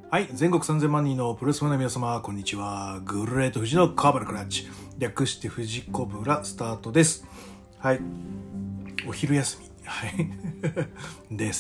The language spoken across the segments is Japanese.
はい。全国3000万人のプロレスファンの皆様、こんにちは。グレート富士のカーバルクラッチ。略して富士コブラスタートです。はい。お昼休み。はい。です。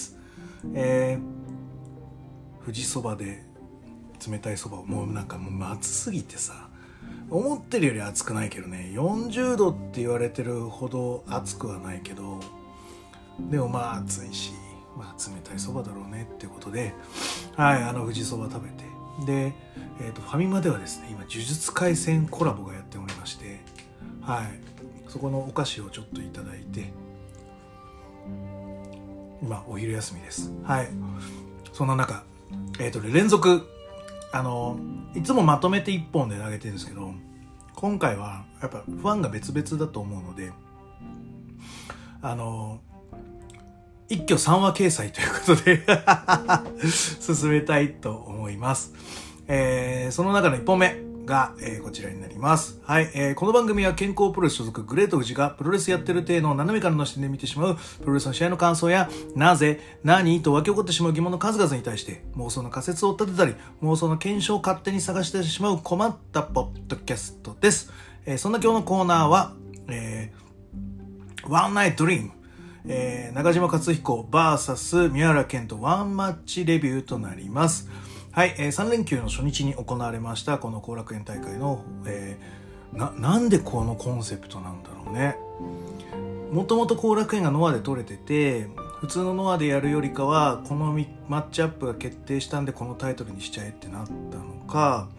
富士そばで冷たいそばをもう暑すぎてさ、思ってるより暑くないけどね、40度って言われてるほど暑くはないけど、でも暑いし、冷たいそばだろうねっていうことで、はい、富士そば食べて、で、ファミマではですね、今呪術廻戦コラボがやっておりまして、はい、そこのお菓子をちょっといただいて、今お昼休みです。はい。そんな中、連続いつもまとめて1本で投げてるんですけど、今回はやっぱファンが別々だと思うので、一挙3話掲載ということで進めたいと思います。その中の1本目が、こちらになります。はい、この番組は健康プロレス所属グレート富士がプロレスやってる体の斜めからの視点で見てしまうプロレスの試合の感想や、なぜ、何と湧き起こってしまう疑問の数々に対して妄想の仮説を立てたり、妄想の検証を勝手に探してしまう困ったポッドキャストです。そんな今日のコーナーは、ワンナイトドリーム、中島克彦 VS 宮原健人ワンマッチレビューとなります。はい、3連休の初日に行われましたこの後楽園大会の、なんでこのコンセプトなんだろうね。もともと後楽園がノアで取れてて、普通のノアでやるよりかはこのマッチアップが決定したんでこのタイトルにしちゃえってなったのか、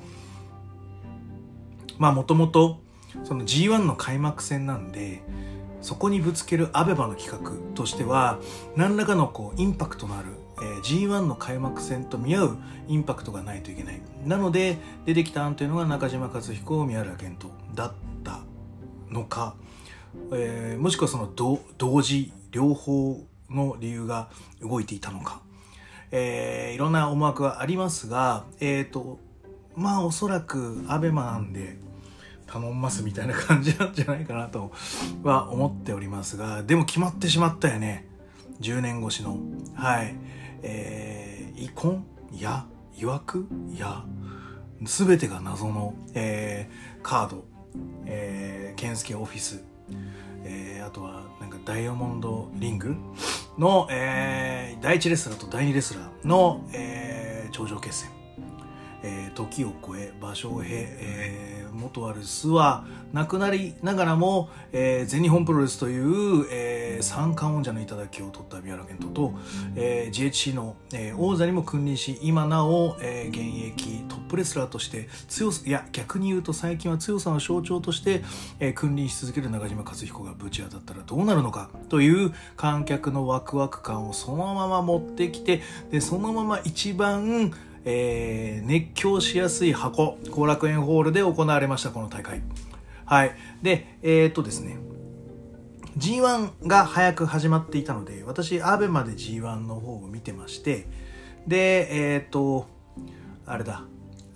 もともとその G1 の開幕戦なんで、そこにぶつけるアベマの企画としては何らかのインパクトのある、G1 の開幕戦と見合うインパクトがないといけない。なので出てきた案というのが中島克彦宮原健人だったのか、もしくはその同時両方の理由が動いていたのか、いろんな思惑がありますが、おそらくアベマなんで頼んますみたいな感じなんじゃないかなとは思っておりますが、でも決まってしまったよね。10年越しの、はい、遺恨や疑惑や全てが謎の、カード、健介オフィス、あとはダイヤモンドリングの、第1レスラーと第2レスラーの、頂上決戦、時を超え場所を経、元ある巣はなくなりながらも、全日本プロレスという、三冠王者の頂を取った宮原健人と、GHC の、王座にも君臨し今なお、現役トップレスラーとして逆に言うと最近は強さの象徴として、君臨し続ける中島克彦がぶち当たったらどうなるのかという観客のワクワク感をそのまま持ってきて、でそのまま一番熱狂しやすい後楽園ホールで行われましたこの大会。はい。でですね、 G1 が早く始まっていたので、私アベマで G1 の方を見てまして、であれだ、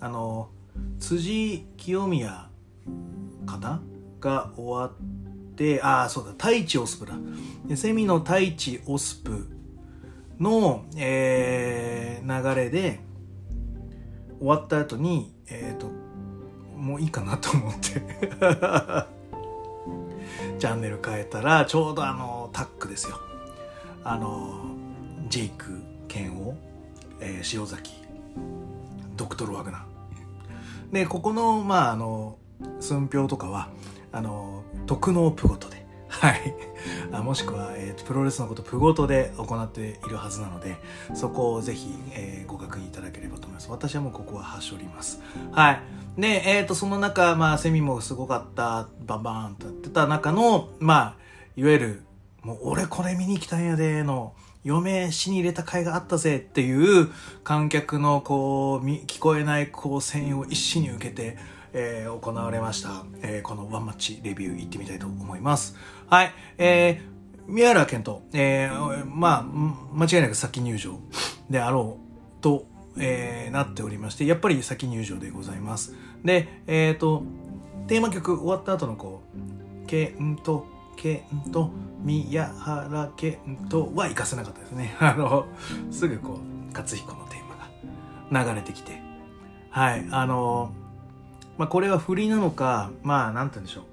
辻清宮かなが終わって、そうだ、太一オスプだ。でセミの太一オスプの、流れで終わった後にもういいかなと思ってチャンネル変えたら、ちょうどタッグですよ。ジェイク剣王、塩崎ドクトルワグナーで、ここの寸評とかは特納プゴトで、はい、もしくは、プロレスのことプゴトで行っているはずなので、そこをぜひ、ご確認いただければと思います。私はもうここははしょります。はい。で、その中、セミもすごかった、バンバーンとやってた中の、いわゆる、もう俺これ見に来たんやでの、嫁死に入れた甲斐があったぜっていう観客の聞こえない声援を一身に受けて、行われました、このワンマッチレビュー行ってみたいと思います。はい。宮原健人、間違いなく先入場であろうと、なっておりまして、やっぱり先入場でございます。で、テーマ曲終わった後の健人宮原健人は活かせなかったですね。すぐ克彦のテーマが流れてきて、はい、これは振りなのか、なんて言うんでしょう、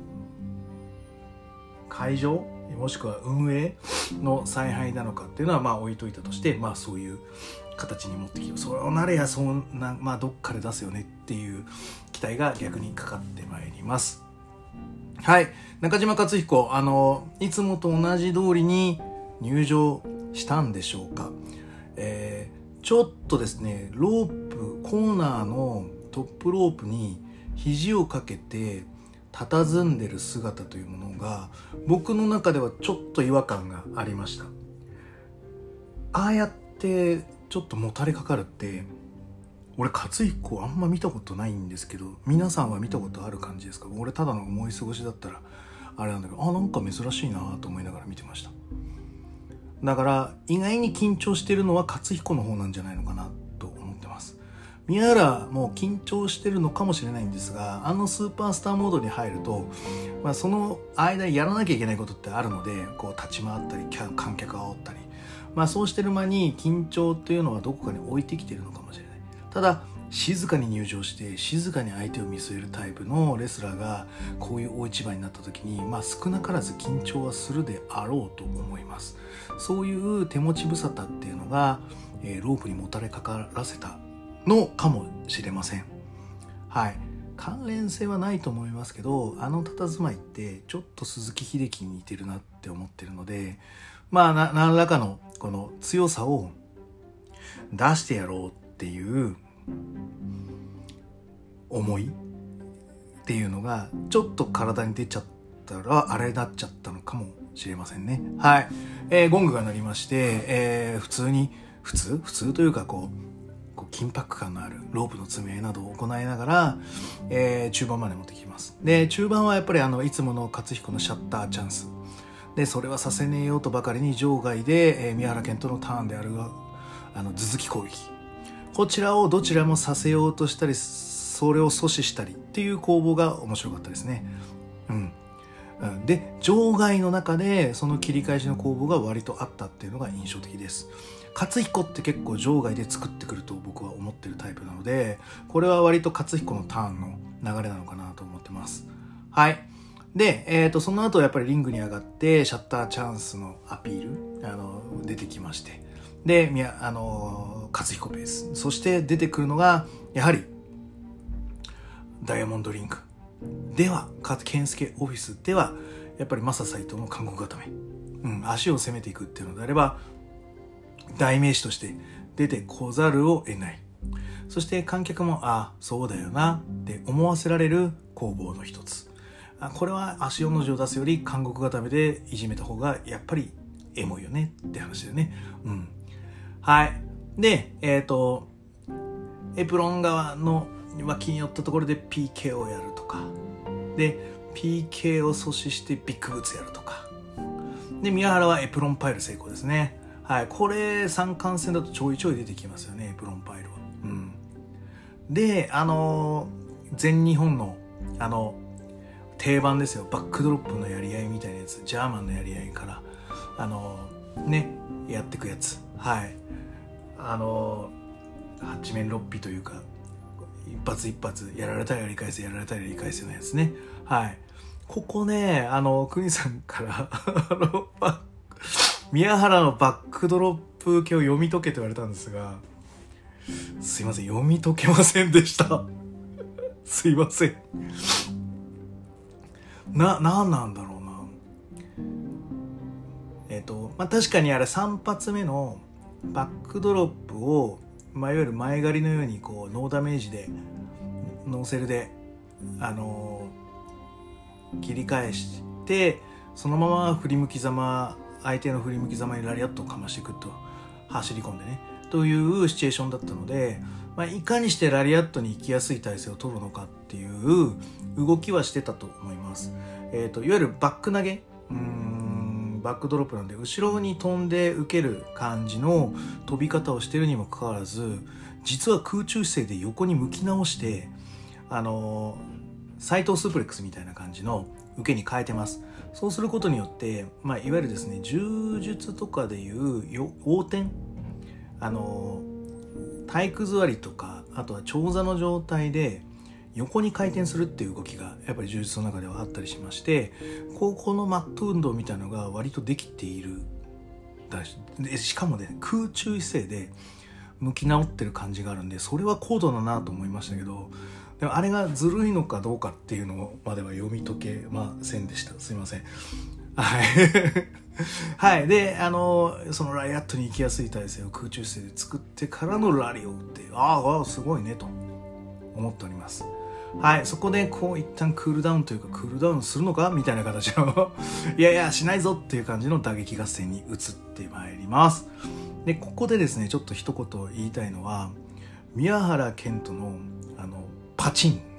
会場もしくは運営の采配なのかっていうのは置いといたとして、そういう形に持ってきて、それをなれやそんな、どっかで出すよねっていう期待が逆にかかってまいります。はい、中島克彦、いつもと同じ通りに入場したんでしょうか。ちょっとですね、ロープコーナーのトップロープに肘をかけて佇んでる姿というものが僕の中ではちょっと違和感がありました。ああやってちょっともたれかかるって俺克彦あんま見たことないんですけど、皆さんは見たことある感じですか？俺ただの思い過ごしだったらあれなんだけど、なんか珍しいなと思いながら見てました。だから意外に緊張してるのは克彦の方なんじゃないのかなと思ってます。宮原も緊張してるのかもしれないんですが、スーパースターモードに入ると、その間やらなきゃいけないことってあるので、こう立ち回ったり観客を煽ったり、そうしてる間に緊張っていうのはどこかに置いてきてるのかもしれない。ただ静かに入場して静かに相手を見据えるタイプのレスラーがこういう大一番になった時に、少なからず緊張はするであろうと思います。そういう手持ち無沙汰っていうのが、ロープにもたれかからせたのかもしれません。はい、関連性はないと思いますけど、佇まいってちょっと鈴木秀樹に似てるなって思ってるので、何らかのこの強さを出してやろうっていう思いっていうのがちょっと体に出ちゃったらあれになっちゃったのかもしれませんね。はい、ゴングが鳴りまして、普通というかこう緊迫感のあるロープの詰め合いなどを行いながら、中盤まで持ってきます。で中盤はやっぱりいつもの克彦のシャッターチャンスで、それはさせねえよとばかりに場外で、宮原健人のターンである頭突き攻撃、こちらをどちらもさせようとしたりそれを阻止したりっていう攻防が面白かったですね。で場外の中でその切り返しの攻防が割とあったっていうのが印象的です。克彦って結構場外で作ってくると僕は思ってるタイプなので、これは割と克彦のターンの流れなのかなと思ってます。はい。で、その後やっぱりリングに上がってシャッターチャンスのアピール出てきまして、で克彦ベース、そして出てくるのがやはりダイヤモンドリングでは健介オフィスではやっぱりマサ斎藤の韓国固め、足を攻めていくっていうのであれば代名詞として出てこざるを得ない。そして観客もそうだよなって思わせられる攻防の一つ。これは足4の字を出すより韓国固めでいじめた方がやっぱりエモいよねって話だよね。はい。でエプロン側の脇に寄ったところで PK をやるとかで PK を阻止してビッグブーツやるとかで、宮原はエプロンパイル成功ですね。はい、これ三冠戦だとちょいちょい出てきますよね、エプロンパイルは。で全日本の定番ですよ、バックドロップのやり合いみたいなやつ、ジャーマンのやり合いからやってくやつ。はい、八面六臂というか一発一発やられたらやり返せやられたらやり返せのやつね。はい、ここねクニさんから宮原のバックドロップ系を読み解けと言われたんですが、すいません、読み解けませんでしたすいません。なんなんだろうな。確かにあれ3発目のバックドロップを、いわゆる前刈りのようにこうノーダメージでノーセルで切り返してそのまま振り向きざま、相手の振り向きざまにラリアットをかましていくと、走り込んでねというシチュエーションだったので、いかにしてラリアットに行きやすい体勢を取るのかっていう動きはしてたと思います。いわゆるバック投げ、バックドロップなんで後ろに飛んで受ける感じの飛び方をしてるにもかかわらず、実は空中姿勢で横に向き直して斉藤スープレックスみたいな感じの受けに変えてます。そうすることによって、いわゆるですね、柔術とかでいう横転、 体育座りとか、あとは長座の状態で横に回転するっていう動きがやっぱり柔術の中ではあったりしまして、このマット運動みたいなのが割とできている。しかもね、空中姿勢で向き直ってる感じがあるんで、それは高度だなと思いましたけど、でもあれがずるいのかどうかっていうのまでは読み解けませんでした。すいません。はいはい。で、そのラリアットに行きやすい体勢を空中姿勢で作ってからのラリを打って、すごいねと思っております。はい。そこで一旦クールダウンというか、クールダウンするのかみたいな形のいやいやしないぞっていう感じの打撃合戦に移ってまいります。で、ここでですね、ちょっと一言言いたいのは、宮原健人のパチン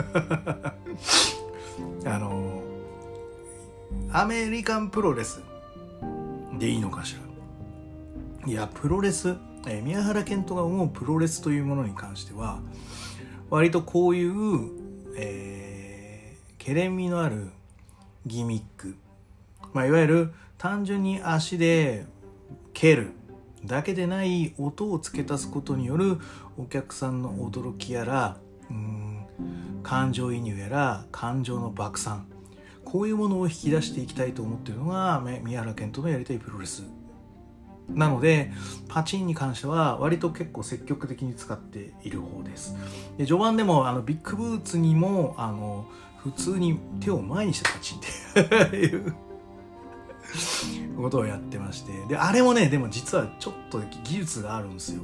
アメリカンプロレスでいいのかしら。いや、プロレス、宮原健人が思うプロレスというものに関しては、割とこういう、けれん味のあるギミック、いわゆる単純に足で蹴るだけでない音を付け足すことによるお客さんの驚きやら、感情移入やら感情の爆散、こういうものを引き出していきたいと思っているのが宮原健人のやりたいプロレスなので、パチンに関しては割と結構積極的に使っている方です。で、序盤でもビッグブーツにも普通に手を前にしてパチンっていうことをやってまして、であれもね、でも実はちょっと技術があるんですよ。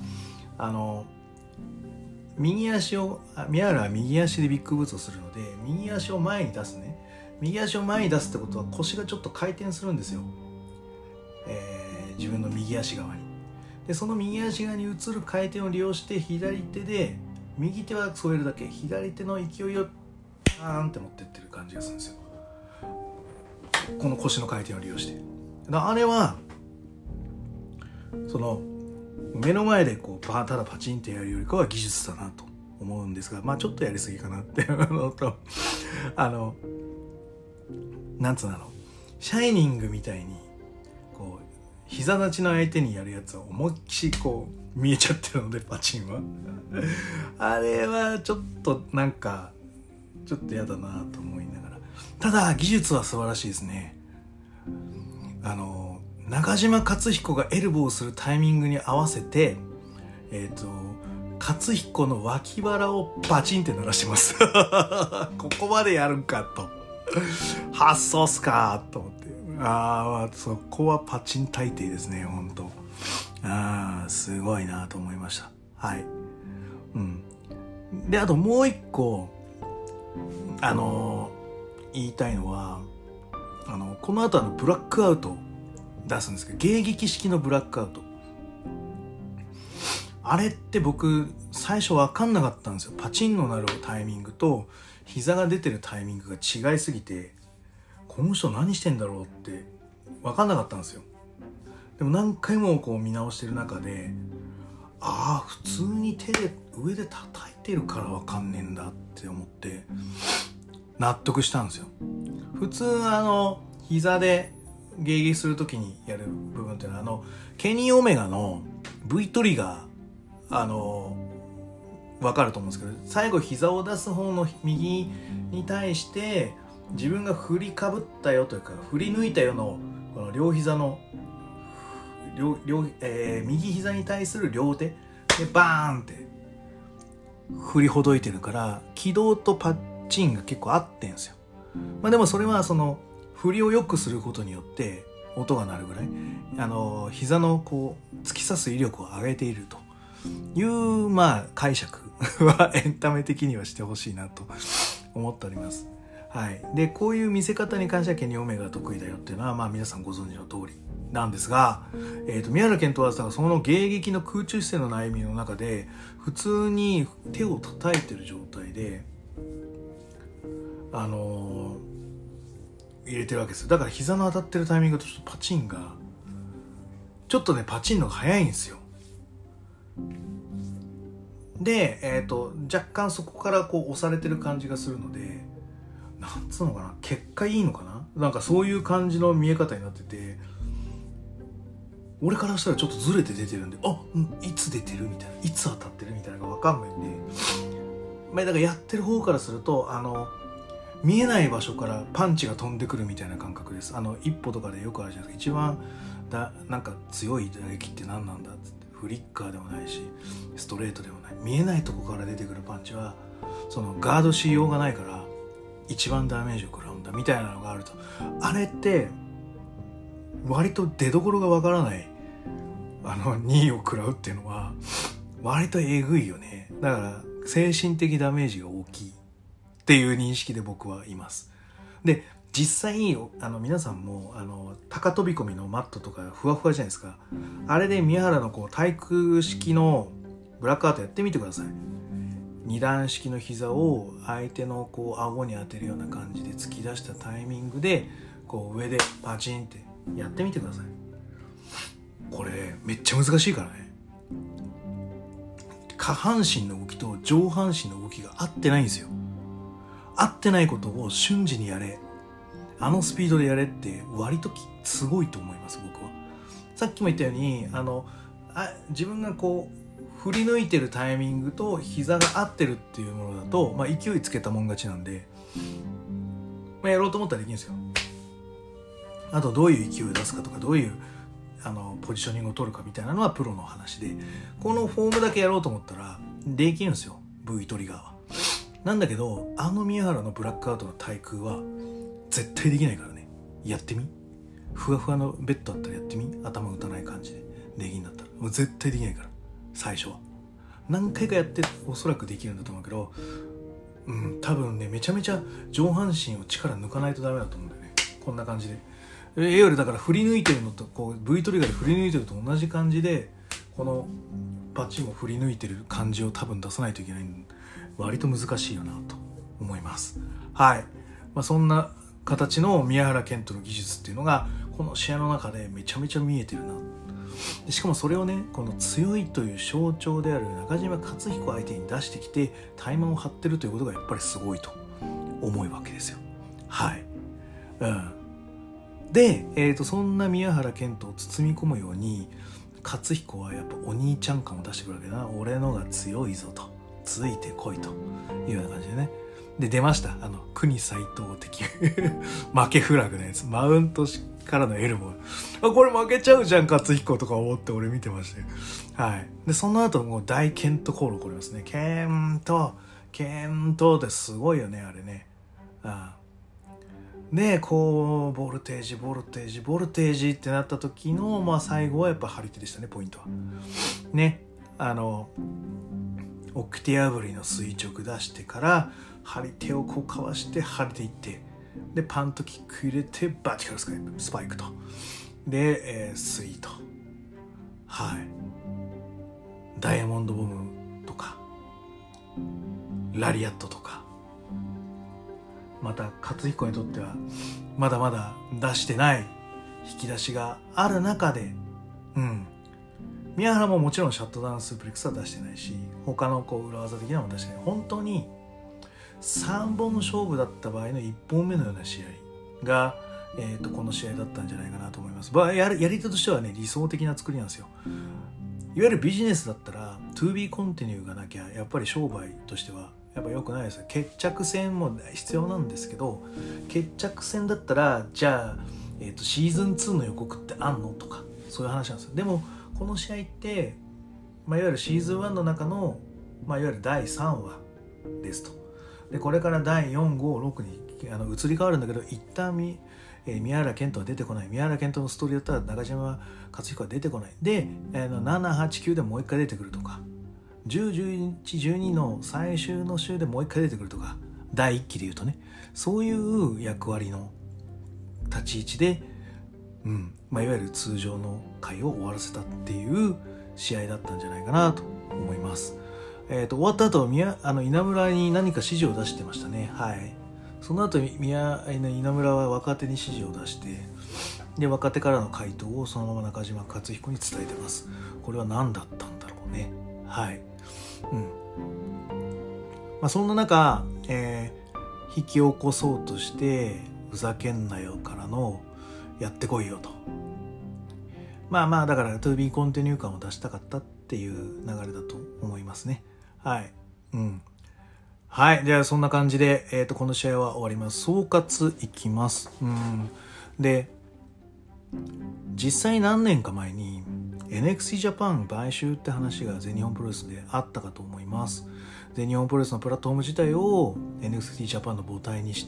右足を宮原は右足でビッグブーツをするので、右足を前に出すね。右足を前に出すってことは腰がちょっと回転するんですよ。自分の右足側に。で、その右足側に移る回転を利用して左手で、右手は添えるだけ、左手の勢いをパーンって持ってってる感じがするんですよ。この腰の回転を利用して。あれはその目の前でただパチンってやるよりかは技術だなと思うんですが、ちょっとやりすぎかなっていうのと、なんつうの、シャイニングみたいに膝立ちの相手にやるやつは思いっきり見えちゃってるので、パチンはあれはちょっとなんかちょっとやだなと思いながら、ただ技術は素晴らしいですね。中島克彦がエルボーをするタイミングに合わせて、克彦の脇腹をバチンって鳴らしてますここまでやるんかと発想っすかと思って、そこはパチン大帝ですね、本当。すごいなと思いました。はい。で、あともう一個言いたいのは、この後ブラックアウト出すんですけど、迎撃式のブラックアウト、あれって僕最初分かんなかったんですよ。パチンの鳴るタイミングと膝が出てるタイミングが違いすぎて、この人何してんだろうって分かんなかったんですよ。でも何回も見直してる中で、普通に手で上で叩いてるから分かんねえんだって思って納得したんですよ。普通膝で迎撃するときにやる部分っていうのはケニー・オメガの V トリガー分かると思うんですけど、最後膝を出す方の右に対して自分が振りかぶったよというか振り抜いたよのこの両膝の右膝に対する両手でバーンって振りほどいてるから、軌道とパッチンが結構合ってんですよ。でもそれはその振りを良くすることによって音が鳴るぐらい膝の突き刺す威力を上げているという解釈はエンタメ的にはしてほしいなと思っております。はい。で、こういう見せ方に関してはケニー・オメガが得意だよっていうのは皆さんご存知の通りなんですが、宮原健人はその迎撃の空中姿勢の悩みの中で普通に手を叩いてる状態で入れてるわけですよ。だから膝の当たってるタイミングとちょっとパチンがちょっとね、パチンのが早いんですよ。で、若干そこから押されてる感じがするので、なんつうのかな、結果いいのかな、なんかそういう感じの見え方になってて、 俺からしたらちょっとずれて出てるんで、いつ出てるみたいな、いつ当たってるみたいなのが分かんないんで、だからやってる方からすると見えない場所からパンチが飛んでくるみたいな感覚です。一歩とかでよくあるじゃないですか。一番なんか強い打撃って何なんだっつって、フリッカーでもないしストレートでもない、見えないとこから出てくるパンチはそのガードしようがないから一番ダメージを食らうんだみたいなのがあると、あれって割と出所がわからない2位を食らうっていうのは割とえぐいよね。だから精神的ダメージが大きいっていう認識で僕はいます。で実際皆さんも高飛び込みのマットとかふわふわじゃないですか。あれで宮原の体育式のブラックアウトやってみてください。二段式の膝を相手の顎に当てるような感じで突き出したタイミングで上でパチンってやってみてください。これめっちゃ難しいからね。下半身の動きと上半身の動きが合ってないんですよ。合ってないことを瞬時にやれ、スピードでやれって割とすごいと思います。僕はさっきも言ったように自分が振り抜いてるタイミングと膝が合ってるっていうものだと、勢いつけたもん勝ちなんで、やろうと思ったらできるんですよ。あとどういう勢いを出すかとか、どういうポジショニングを取るかみたいなのはプロの話で、このフォームだけやろうと思ったらできるんですよ、 V トリガーは。なんだけど宮原のブラックアウトの対空は絶対できないからね。やってみ、ふわふわのベッドあったらやってみ、頭打たない感じでできんだったら。もう絶対できないから、最初は何回かやっておそらくできるんだと思うけど、多分ねめちゃめちゃ上半身を力抜かないとダメだと思うんだよね、こんな感じで。いわゆるだから振り抜いてるのとV トリガーで振り抜いてると同じ感じで、このパチンも振り抜いてる感じを多分出さないといけないんで、割と難しいよなと思います。はい、そんな形の宮原健人の技術っていうのがこの試合の中でめちゃめちゃ見えてるな。でしかもそれをね、この強いという象徴である中島克彦相手に出してきてタイマンを張ってるということがやっぱりすごいと思うわけですよ。はい、で、そんな宮原健人を包み込むように克彦はやっぱお兄ちゃん感を出してくるわけだな。俺のが強いぞと、ついてこいというような感じでね。で出ました、国斉藤的負けフラグのやつ、マウントからのエルボー、これ負けちゃうじゃん克彦とか思って俺見てまして、はい。でその後もう大ケントコール起こりますね。ケントってすごいよねあれね。でボルテージってなった時の最後はやっぱ張り手でしたね、ポイントはね。オクティアブリの垂直出してから張り手をかわして張り手いって、でパントキック入れてバーティカルスパイクとで、スイート、はい、ダイヤモンドボムとかラリアットとか、また克彦にとってはまだまだ出してない引き出しがある中で、宮原ももちろんシャットダウンスープレックスは出してないし、他の裏技的なのも出してない。本当に3本勝負だった場合の1本目のような試合が、この試合だったんじゃないかなと思います。やり手としてはね理想的な作りなんですよ。いわゆるビジネスだったら To be continue がなきゃやっぱり商売としてはやっぱ良くないですよ。決着戦も必要なんですけど、決着戦だったらじゃあ、シーズン2の予告ってあんのとかそういう話なんですよ。でもこの試合って、いわゆるシーズン1の中の、いわゆる第3話ですと。でこれから第4、5、6に移り変わるんだけど、一旦宮原健人は出てこない。宮原健人のストーリーだったら中島克彦は出てこない。で、7、8、9でもう一回出てくるとか、10、11、12の最終の週でもう一回出てくるとか、第1期で言うとね、そういう役割の立ち位置で、いわゆる通常の回を終わらせたっていう試合だったんじゃないかなと思います。終わった後稲村に何か指示を出してましたね。はい。その後稲村は若手に指示を出して、で若手からの回答をそのまま中島克彦に伝えてます。これは何だったんだろうね。はい。そんな中、引き起こそうとしてふざけんなよからのやってこいよと。 まあまあだから To be continue 感を出したかったっていう流れだと思いますね。はい。はい。じゃあそんな感じで、この試合は終わります。総括いきます。で、実際何年か前に NXT ジャパン買収って話が全日本プロレスであったかと思います。全日本プロレスのプラットフォーム自体を NXT ジャパンの母体にして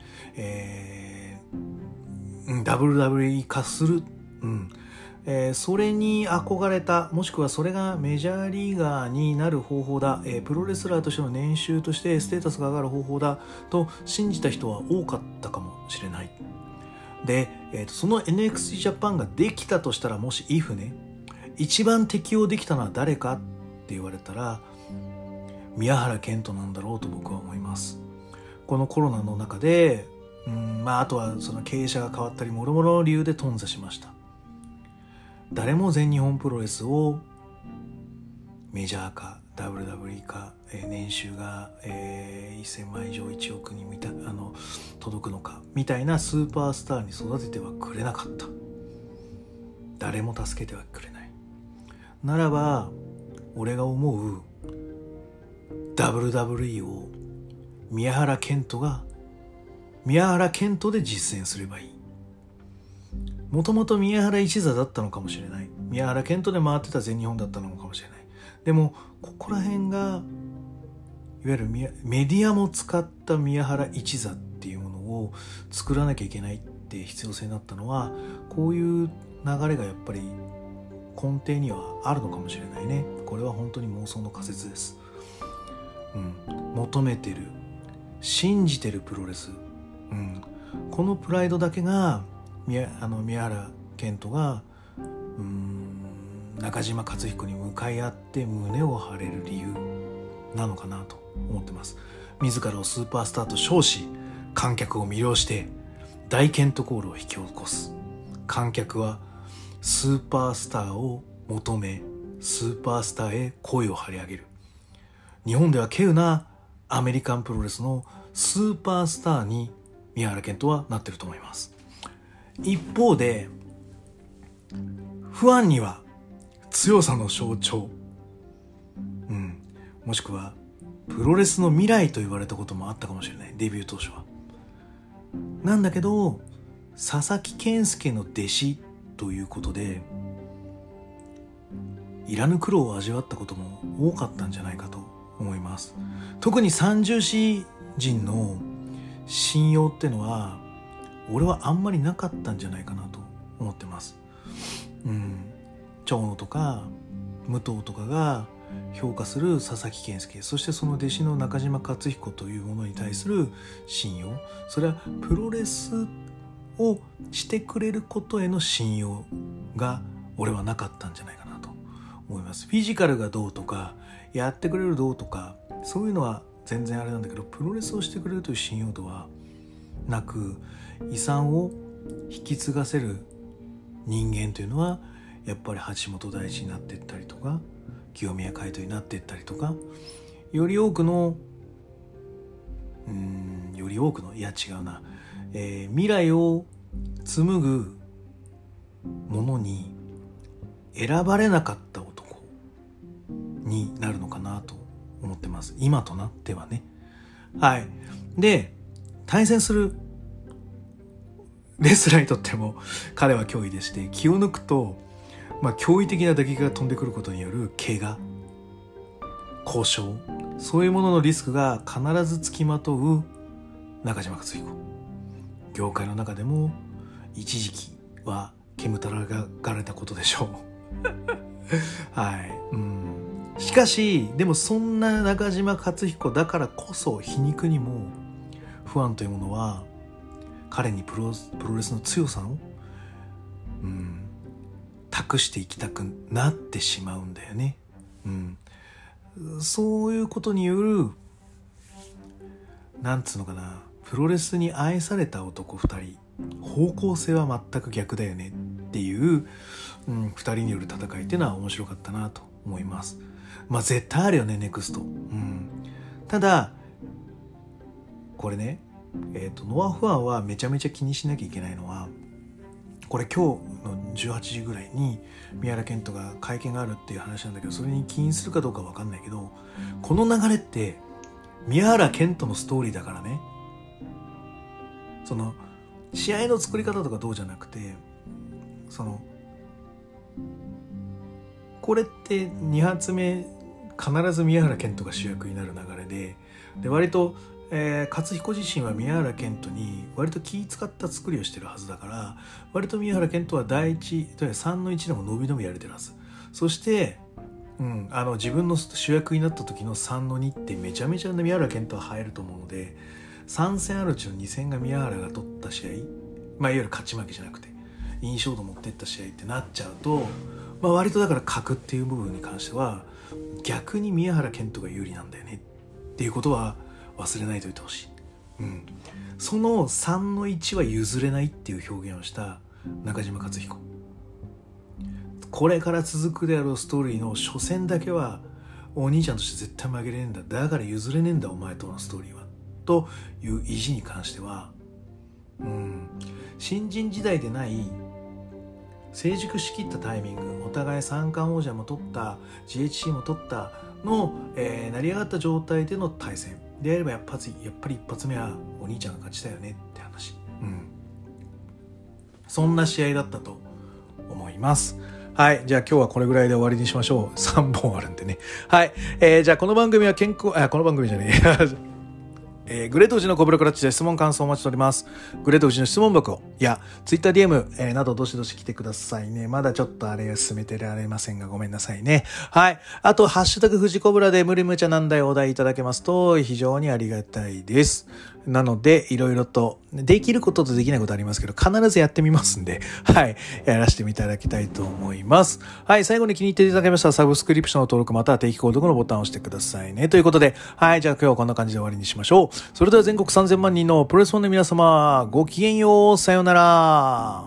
、WWE 化する。それに憧れた、もしくはそれがメジャーリーガーになる方法だ、プロレスラーとしての年収としてステータスが上がる方法だと信じた人は多かったかもしれない。で、その NXT ジャパンができたとしたら、もし if ね、一番適用できたのは誰かって言われたら宮原健人なんだろうと僕は思います。このコロナの中で、あとはその経営者が変わったりもろもろの理由で頓挫しました。誰も全日本プロレスをメジャー化、WWE 化、年収が、1000万以上1億に届くのかみたいなスーパースターに育ててはくれなかった。誰も助けてはくれない。ならば俺が思う WWE を宮原健人で実践すればいい。もともと宮原一座だったのかもしれない。宮原健人で回ってた全日本だったのかもしれない。でもここら辺がいわゆるメディアも使った宮原一座っていうものを作らなきゃいけないって必要性になったのは、こういう流れがやっぱり根底にはあるのかもしれないね。これは本当に妄想の仮説です。求めてる、信じてるプロレス、このプライドだけが宮原健人が中島克彦に向かい合って胸を張れる理由なのかなと思ってます。自らをスーパースターと称し、観客を魅了して大ケントコールを引き起こす。観客はスーパースターを求め、スーパースターへ声を張り上げる。日本では稀有なアメリカンプロレスのスーパースターに宮原健人はなってると思います。一方でファンには強さの象徴、もしくはプロレスの未来と言われたこともあったかもしれない。デビュー当初はなんだけど、佐々木健介の弟子ということでいらぬ苦労を味わったことも多かったんじゃないかと思います。特に三重士人の信用ってのは俺はあんまりなかったんじゃないかなと思ってます。長野とか武藤とかが評価する佐々木健介、そしてその弟子の中島克彦というものに対する信用、それはプロレスをしてくれることへの信用が俺はなかったんじゃないかなと思います。フィジカルがどうとかやってくれるどうとかそういうのは全然あれなんだけど、プロレスをしてくれるという信用度はなく、遺産を引き継がせる人間というのはやっぱり橋本大地になっていったりとか清宮海斗になっていったりとか、より多くのいや違うな、未来を紡ぐものに選ばれなかった男になるのかなと思ってます。今となってはね。はい。で、対戦するレスラーにとっても彼は脅威でして、気を抜くと、驚異的な打撃が飛んでくることによる怪我、故障、そういうもののリスクが必ずつきまとう中島克彦。業界の中でも一時期は煙たがれたことでしょう。はい。しかしでもそんな中島克彦だからこそ皮肉にもファンというものは彼にプロレスの強さを託していきたくなってしまうんだよね。そういうことによるなんつうのかな、プロレスに愛された男2人、方向性は全く逆だよねっていう、2人による戦いっていうのは面白かったなと思います。絶対あるよねネクスト。ただこれね、ノア・ファンはめちゃめちゃ気にしなきゃいけないのは、 これ今日の18時ぐらいに宮原健人が会見があるっていう話なんだけど、それに起因するかどうかわかんないけど、この流れって宮原健人のストーリーだからね。その試合の作り方とかどうじゃなくて、そのこれって2発目必ず宮原健人が主役になる流れで、割と、勝彦自身は宮原健人に割と気使った作りをしてるはずだから、割と宮原健人は第一というか3の1でも伸び伸びやれてるはず。そして、自分の主役になった時の3の2ってめちゃめちゃ宮原健人は入ると思うので、3戦あるうちの2戦が宮原が取った試合、いわゆる勝ち負けじゃなくて印象度持ってった試合ってなっちゃうと、割とだから格っていう部分に関しては逆に宮原健人が有利なんだよねっていうことは忘れないといてほしい。その3の1は譲れないっていう表現をした中島克彦。これから続くであろうストーリーの初戦だけはお兄ちゃんとして絶対負けれねえんだ、だから譲れねえんだお前とのストーリーはという意地に関しては、新人時代でない成熟しきったタイミング、お互い三冠王者も取った GHC も取ったの、成り上がった状態での対戦であればやっぱり一発目はお兄ちゃんが勝ちだよねって話、そんな試合だったと思います。はい。じゃあ今日はこれぐらいで終わりにしましょう。3本あるんでね。はい。じゃあこの番組はこの番組じゃねえ。グレートウジのコブラクラッチで質問感想をお待ちしております。グレートウジの質問箱や TwitterDM、などどしどし来てくださいね。まだちょっとあれ進めてられませんがごめんなさいね。はい。あと、ハッシュタグ富士コブラで無理無茶難題お題いただけますと非常にありがたいです。なので、いろいろとできることとできないことありますけど、必ずやってみますんで、はい。やらせていただきたいと思います。はい。最後に気に入っていただけましたらサブスクリプションの登録または定期購読のボタンを押してくださいね。ということで、はい。じゃあ今日はこんな感じで終わりにしましょう。それでは全国3000万人のプロレスファンの皆様、ごきげんよう。さようなら。